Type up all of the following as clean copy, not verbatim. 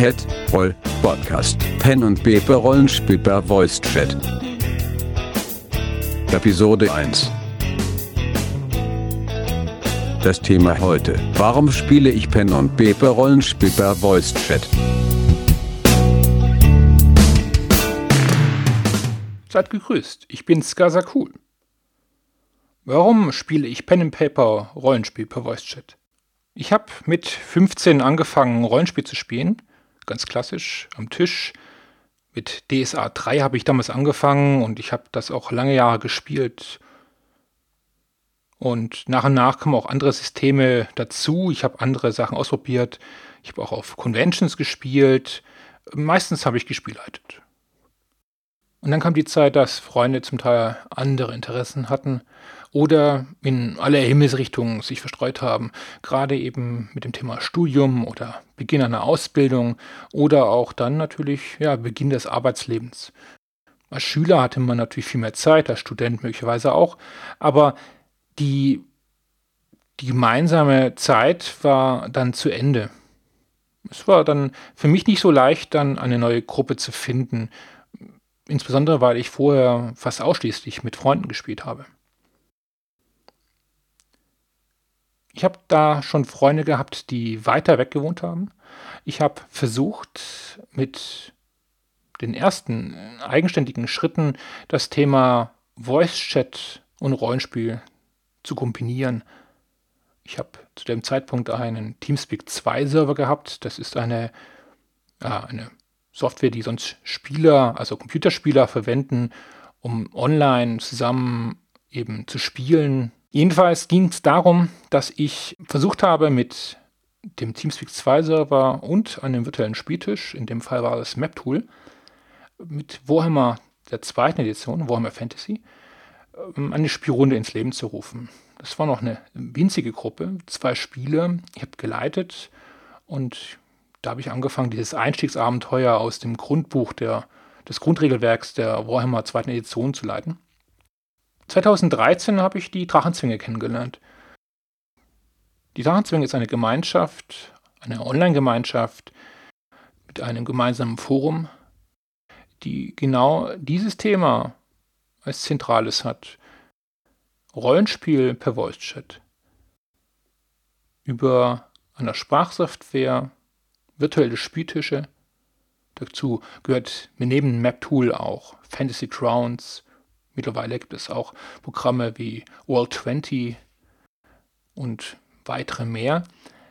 Chat, Roll, Podcast, Pen und Paper Rollenspiel per Voice Chat. Episode 1. Das Thema heute: Warum spiele ich Pen und Paper Rollenspiel per Voice Chat? Seid gegrüßt, ich bin Skazakul. Warum spiele ich Pen and Paper Rollenspiel per Voice Chat? Ich habe mit 15 angefangen, Rollenspiel zu spielen, ganz klassisch, am Tisch. Mit DSA 3 habe ich damals angefangen und ich habe das auch lange Jahre gespielt. Und nach kamen auch andere Systeme dazu. Ich habe andere Sachen ausprobiert. Ich habe auch auf Conventions gespielt. Meistens habe ich gespielleitet. Und dann kam die Zeit, dass Freunde zum Teil andere Interessen hatten oder in alle Himmelsrichtungen sich verstreut haben. Gerade eben mit dem Thema Studium oder Beginn einer Ausbildung oder auch dann natürlich Beginn des Arbeitslebens. Als Schüler hatte man natürlich viel mehr Zeit, als Student möglicherweise auch, aber die gemeinsame Zeit war dann zu Ende. Es war dann für mich nicht so leicht, dann eine neue Gruppe zu finden, insbesondere weil ich vorher fast ausschließlich mit Freunden gespielt habe. Ich habe da schon Freunde gehabt, die weiter weg gewohnt haben. Ich habe versucht, mit den ersten eigenständigen Schritten das Thema Voice Chat und Rollenspiel zu kombinieren. Ich habe zu dem Zeitpunkt einen Teamspeak 2 Server gehabt. Das ist eine Software, die sonst Spieler, also Computerspieler verwenden, um online zusammen eben zu spielen. Jedenfalls ging es darum, dass ich versucht habe, mit dem Teamspeak 2 Server und einem virtuellen Spieltisch, in dem Fall war das Map-Tool, mit Warhammer der zweiten Edition, Warhammer Fantasy, eine Spielrunde ins Leben zu rufen. Das war noch eine winzige Gruppe, 2 Spieler, ich habe geleitet und da habe ich angefangen, dieses Einstiegsabenteuer aus dem Grundbuch des Grundregelwerks der Warhammer zweiten Edition zu leiten. 2013 habe ich die Drachenzwinge kennengelernt. Die Drachenzwinge ist eine Gemeinschaft, eine Online-Gemeinschaft mit einem gemeinsamen Forum, die genau dieses Thema als Zentrales hat. Rollenspiel per Voice Chat. Über eine Sprachsoftware, virtuelle Spieltische. Dazu gehört neben dem Map-Tool auch Fantasy Grounds. Mittlerweile gibt es auch Programme wie Roll20 und weitere mehr.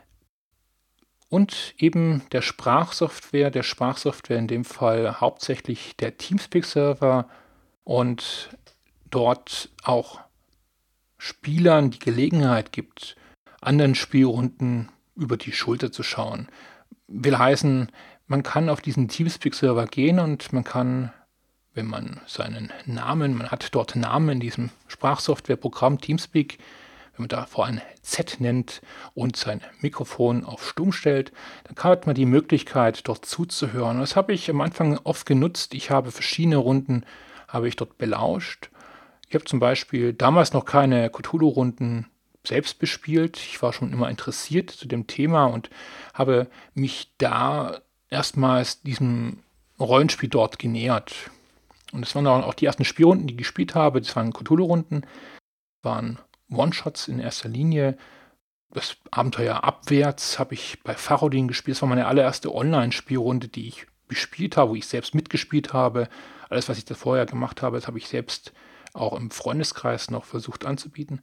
Und eben der Sprachsoftware in dem Fall hauptsächlich der Teamspeak-Server und dort auch Spielern die Gelegenheit gibt, anderen Spielrunden über die Schulter zu schauen. Will heißen, man kann auf diesen Teamspeak-Server gehen und man kann, wenn man man hat dort Namen in diesem Sprachsoftwareprogramm Teamspeak, wenn man davor ein Z nennt und sein Mikrofon auf Stumm stellt, dann hat man die Möglichkeit, dort zuzuhören. Das habe ich am Anfang oft genutzt. Ich habe verschiedene Runden dort belauscht. Ich habe zum Beispiel damals noch keine Cthulhu-Runden selbst bespielt. Ich war schon immer interessiert zu dem Thema und habe mich da erstmals diesem Rollenspiel dort genähert. Und es waren auch die ersten Spielrunden, die ich gespielt habe. Das waren Cthulhu-Runden, waren One-Shots in erster Linie. Das Abenteuer Abwärts habe ich bei Farodin gespielt. Das war meine allererste Online-Spielrunde, die ich gespielt habe, wo ich selbst mitgespielt habe. Alles, was ich da vorher gemacht habe, das habe ich selbst auch im Freundeskreis noch versucht anzubieten.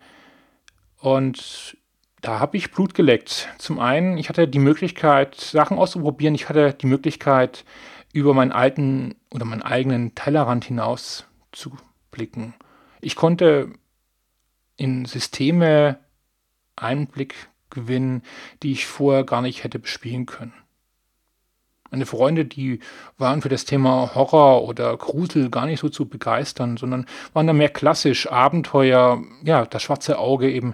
Und da habe ich Blut geleckt. Zum einen, ich hatte die Möglichkeit, Sachen auszuprobieren. Ich hatte die Möglichkeit, über meinen eigenen Tellerrand hinaus zu blicken. Ich konnte in Systeme Einblick gewinnen, die ich vorher gar nicht hätte bespielen können. Meine Freunde, die waren für das Thema Horror oder Grusel gar nicht so zu begeistern, sondern waren da mehr klassisch, Abenteuer, das schwarze Auge eben,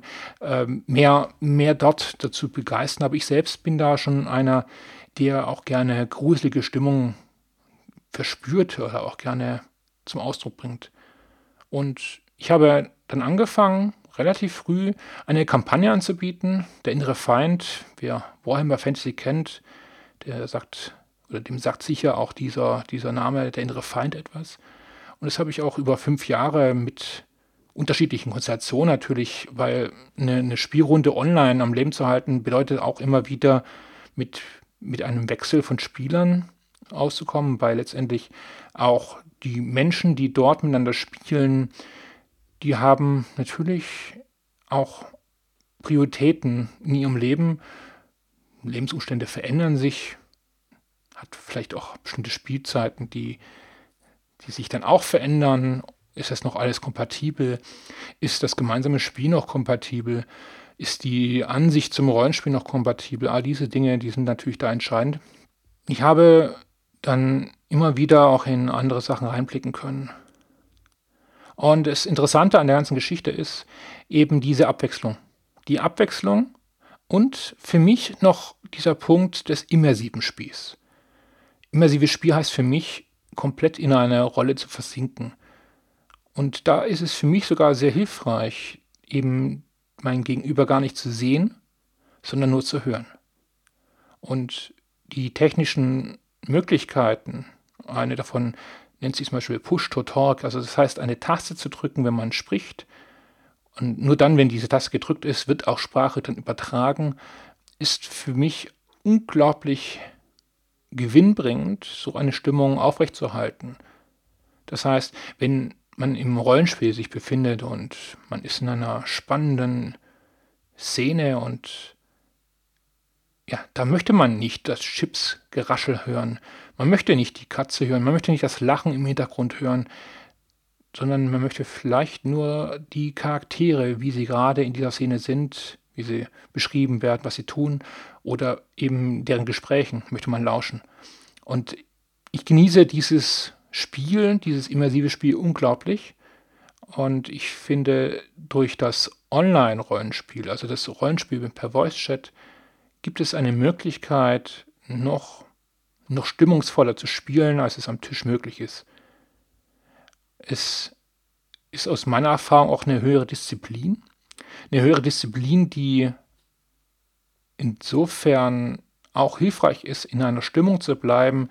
mehr dort dazu begeistern. Aber ich selbst bin da schon einer, der auch gerne gruselige Stimmung verspürt oder auch gerne zum Ausdruck bringt. Und ich habe dann angefangen, relativ früh eine Kampagne anzubieten. Der innere Feind, wer Warhammer Fantasy kennt, der sagt oder dem sagt sicher auch dieser Name, der innere Feind, etwas. Und das habe ich auch über 5 Jahre mit unterschiedlichen Konstellationen natürlich, weil eine Spielrunde online am Leben zu halten, bedeutet auch immer wieder mit einem Wechsel von Spielern auszukommen, weil letztendlich auch die Menschen, die dort miteinander spielen, die haben natürlich auch Prioritäten in ihrem Leben. Lebensumstände verändern sich, hat vielleicht auch bestimmte Spielzeiten, die sich dann auch verändern. Ist das noch alles kompatibel? Ist das gemeinsame Spiel noch kompatibel? Ist die Ansicht zum Rollenspiel noch kompatibel? All diese Dinge, die sind natürlich da entscheidend. Ich habe dann immer wieder auch in andere Sachen reinblicken können. Und das Interessante an der ganzen Geschichte ist eben diese Abwechslung. Die Abwechslung und für mich noch dieser Punkt des immersiven Spiels. Immersives Spiel heißt für mich, komplett in eine Rolle zu versinken. Und da ist es für mich sogar sehr hilfreich, eben mein Gegenüber gar nicht zu sehen, sondern nur zu hören. Und die technischen Möglichkeiten, eine davon nennt sich zum Beispiel Push-to-Talk, also das heißt, eine Taste zu drücken, wenn man spricht. Und nur dann, wenn diese Taste gedrückt ist, wird auch Sprache dann übertragen, ist für mich unglaublich gewinnbringend, so eine Stimmung aufrechtzuerhalten. Das heißt, wenn man im Rollenspiel sich befindet und man ist in einer spannenden Szene und ja, da möchte man nicht das Chipsgeraschel hören, man möchte nicht die Katze hören, man möchte nicht das Lachen im Hintergrund hören, sondern man möchte vielleicht nur die Charaktere, wie sie gerade in dieser Szene sind, wie sie beschrieben werden, was sie tun oder eben deren Gesprächen möchte man lauschen. Und ich genieße dieses Spiel, dieses immersive Spiel unglaublich. Und ich finde, durch das Online-Rollenspiel, also das Rollenspiel per Voice-Chat, gibt es eine Möglichkeit, noch stimmungsvoller zu spielen, als es am Tisch möglich ist. Es ist aus meiner Erfahrung auch eine höhere Disziplin. Eine höhere Disziplin, die insofern auch hilfreich ist, in einer Stimmung zu bleiben,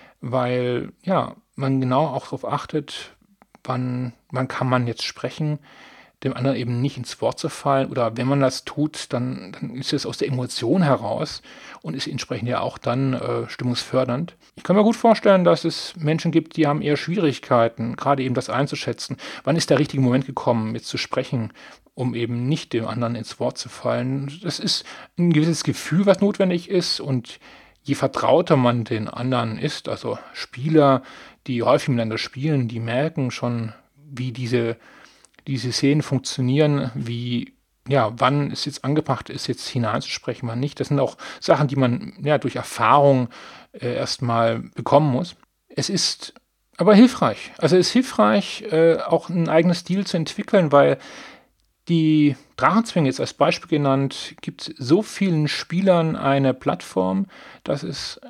weil ja, man genau auch darauf achtet, wann kann man jetzt sprechen, dem anderen eben nicht ins Wort zu fallen. Oder wenn man das tut, dann ist es aus der Emotion heraus und ist entsprechend ja auch dann stimmungsfördernd. Ich kann mir gut vorstellen, dass es Menschen gibt, die haben eher Schwierigkeiten, gerade eben das einzuschätzen. Wann ist der richtige Moment gekommen, jetzt zu sprechen, um eben nicht dem anderen ins Wort zu fallen? Das ist ein gewisses Gefühl, was notwendig ist, und je vertrauter man den anderen ist, also Spieler, die häufig miteinander spielen, die merken schon, wie diese Szenen funktionieren, wie, ja, wann es jetzt angebracht ist, jetzt hineinzusprechen, wann nicht. Das sind auch Sachen, die man ja durch Erfahrung erstmal bekommen muss. Es ist aber hilfreich. Also es ist hilfreich, auch einen eigenen Stil zu entwickeln, weil die Drachenzwänge, jetzt als Beispiel genannt, gibt so vielen Spielern eine Plattform, dass es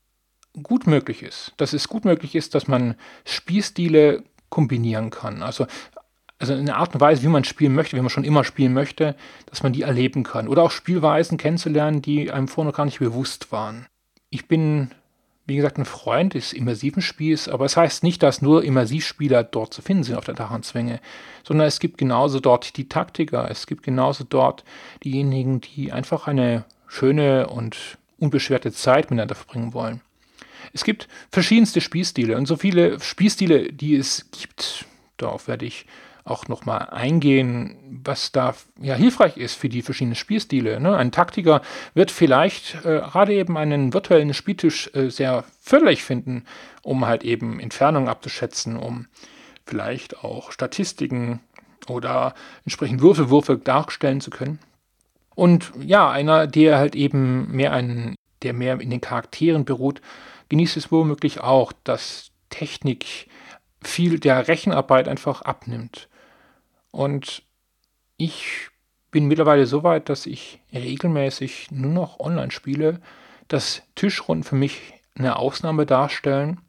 gut möglich ist. Dass man Spielstile kombinieren kann. Also eine Art und Weise, wie man spielen möchte, wie man schon immer spielen möchte, dass man die erleben kann. Oder auch Spielweisen kennenzulernen, die einem vorher noch gar nicht bewusst waren. Ich bin, wie gesagt, ein Freund des immersiven Spiels, aber es heißt nicht, dass nur Immersivspieler dort zu finden sind auf der Drachenzwänge, sondern es gibt genauso dort die Taktiker, es gibt genauso dort diejenigen, die einfach eine schöne und unbeschwerte Zeit miteinander verbringen wollen. Es gibt verschiedenste Spielstile und so viele Spielstile, die es gibt, darauf werde ich auch nochmal eingehen, was da ja hilfreich ist für die verschiedenen Spielstile. Ne? Ein Taktiker wird vielleicht gerade eben einen virtuellen Spieltisch sehr förderlich finden, um halt eben Entfernungen abzuschätzen, um vielleicht auch Statistiken oder entsprechend Würfelwürfe darstellen zu können. Und ja, einer, der halt eben mehr in den Charakteren beruht, genießt es womöglich auch, dass Technik viel der Rechenarbeit einfach abnimmt. Und ich bin mittlerweile so weit, dass ich regelmäßig nur noch online spiele, dass Tischrunden für mich eine Ausnahme darstellen.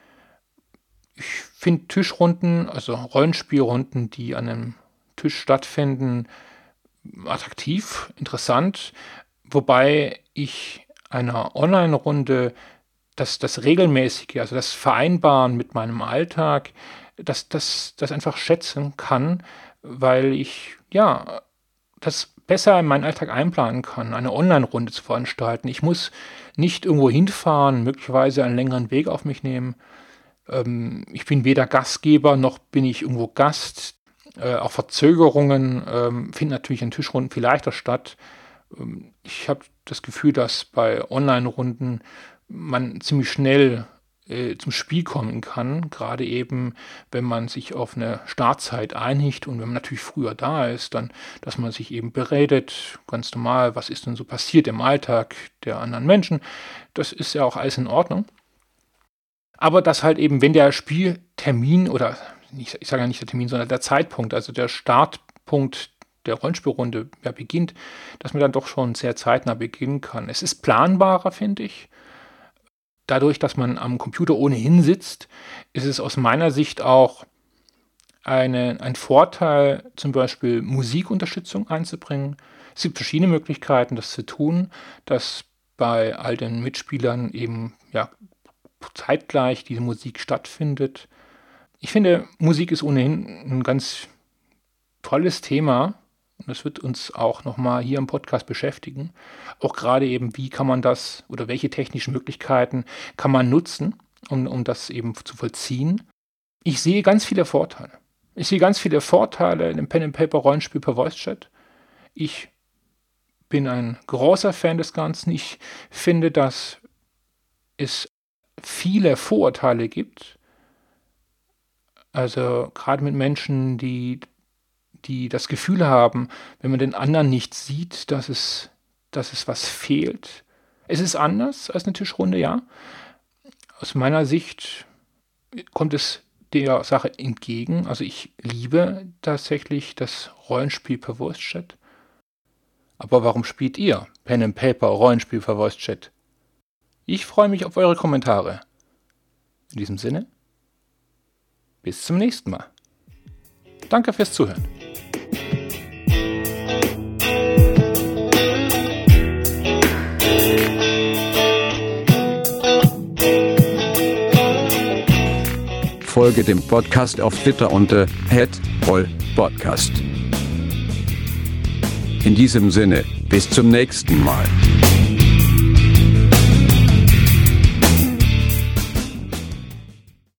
Ich finde Tischrunden, also Rollenspielrunden, die an einem Tisch stattfinden, attraktiv, interessant, wobei ich einer Online-Runde das Regelmäßige, also das Vereinbaren mit meinem Alltag, das einfach schätzen kann, weil ich das besser in meinen Alltag einplanen kann, eine Online-Runde zu veranstalten. Ich muss nicht irgendwo hinfahren, möglicherweise einen längeren Weg auf mich nehmen. Ich bin weder Gastgeber noch bin ich irgendwo Gast. Auch Verzögerungen finden natürlich in Tischrunden viel leichter statt. Ich habe das Gefühl, dass bei Online-Runden man ziemlich schnell zum Spiel kommen kann, gerade eben, wenn man sich auf eine Startzeit einigt und wenn man natürlich früher da ist, dann, dass man sich eben beredet, ganz normal, was ist denn so passiert im Alltag der anderen Menschen, das ist ja auch alles in Ordnung. Aber dass halt eben, wenn der Spieltermin oder, ich sage ja nicht der Termin, sondern der Zeitpunkt, also der Startpunkt der Rollenspielrunde beginnt, dass man dann doch schon sehr zeitnah beginnen kann. Es ist planbarer, finde ich. Dadurch, dass man am Computer ohnehin sitzt, ist es aus meiner Sicht auch ein Vorteil, zum Beispiel Musikunterstützung einzubringen. Es gibt verschiedene Möglichkeiten, das zu tun, dass bei all den Mitspielern eben zeitgleich diese Musik stattfindet. Ich finde, Musik ist ohnehin ein ganz tolles Thema und das wird uns auch nochmal hier im Podcast beschäftigen. Auch gerade eben, wie kann man das oder welche technischen Möglichkeiten kann man nutzen, um das eben zu vollziehen. Ich sehe ganz viele Vorteile. Ich sehe ganz viele Vorteile in dem Pen-and-Paper-Rollenspiel per Voice-Chat. Ich bin ein großer Fan des Ganzen. Ich finde, dass es viele Vorurteile gibt. Also gerade mit Menschen, die das Gefühl haben, wenn man den anderen nicht sieht, dass es was fehlt. Es ist anders als eine Tischrunde, ja. Aus meiner Sicht kommt es der Sache entgegen. Also ich liebe tatsächlich das Rollenspiel per Voice Chat. Aber warum spielt ihr Pen and Paper Rollenspiel per Voice Chat? Ich freue mich auf eure Kommentare. In diesem Sinne, bis zum nächsten Mal. Danke fürs Zuhören. Folge dem Podcast auf Twitter unter @rollpodcast. In diesem Sinne, bis zum nächsten Mal.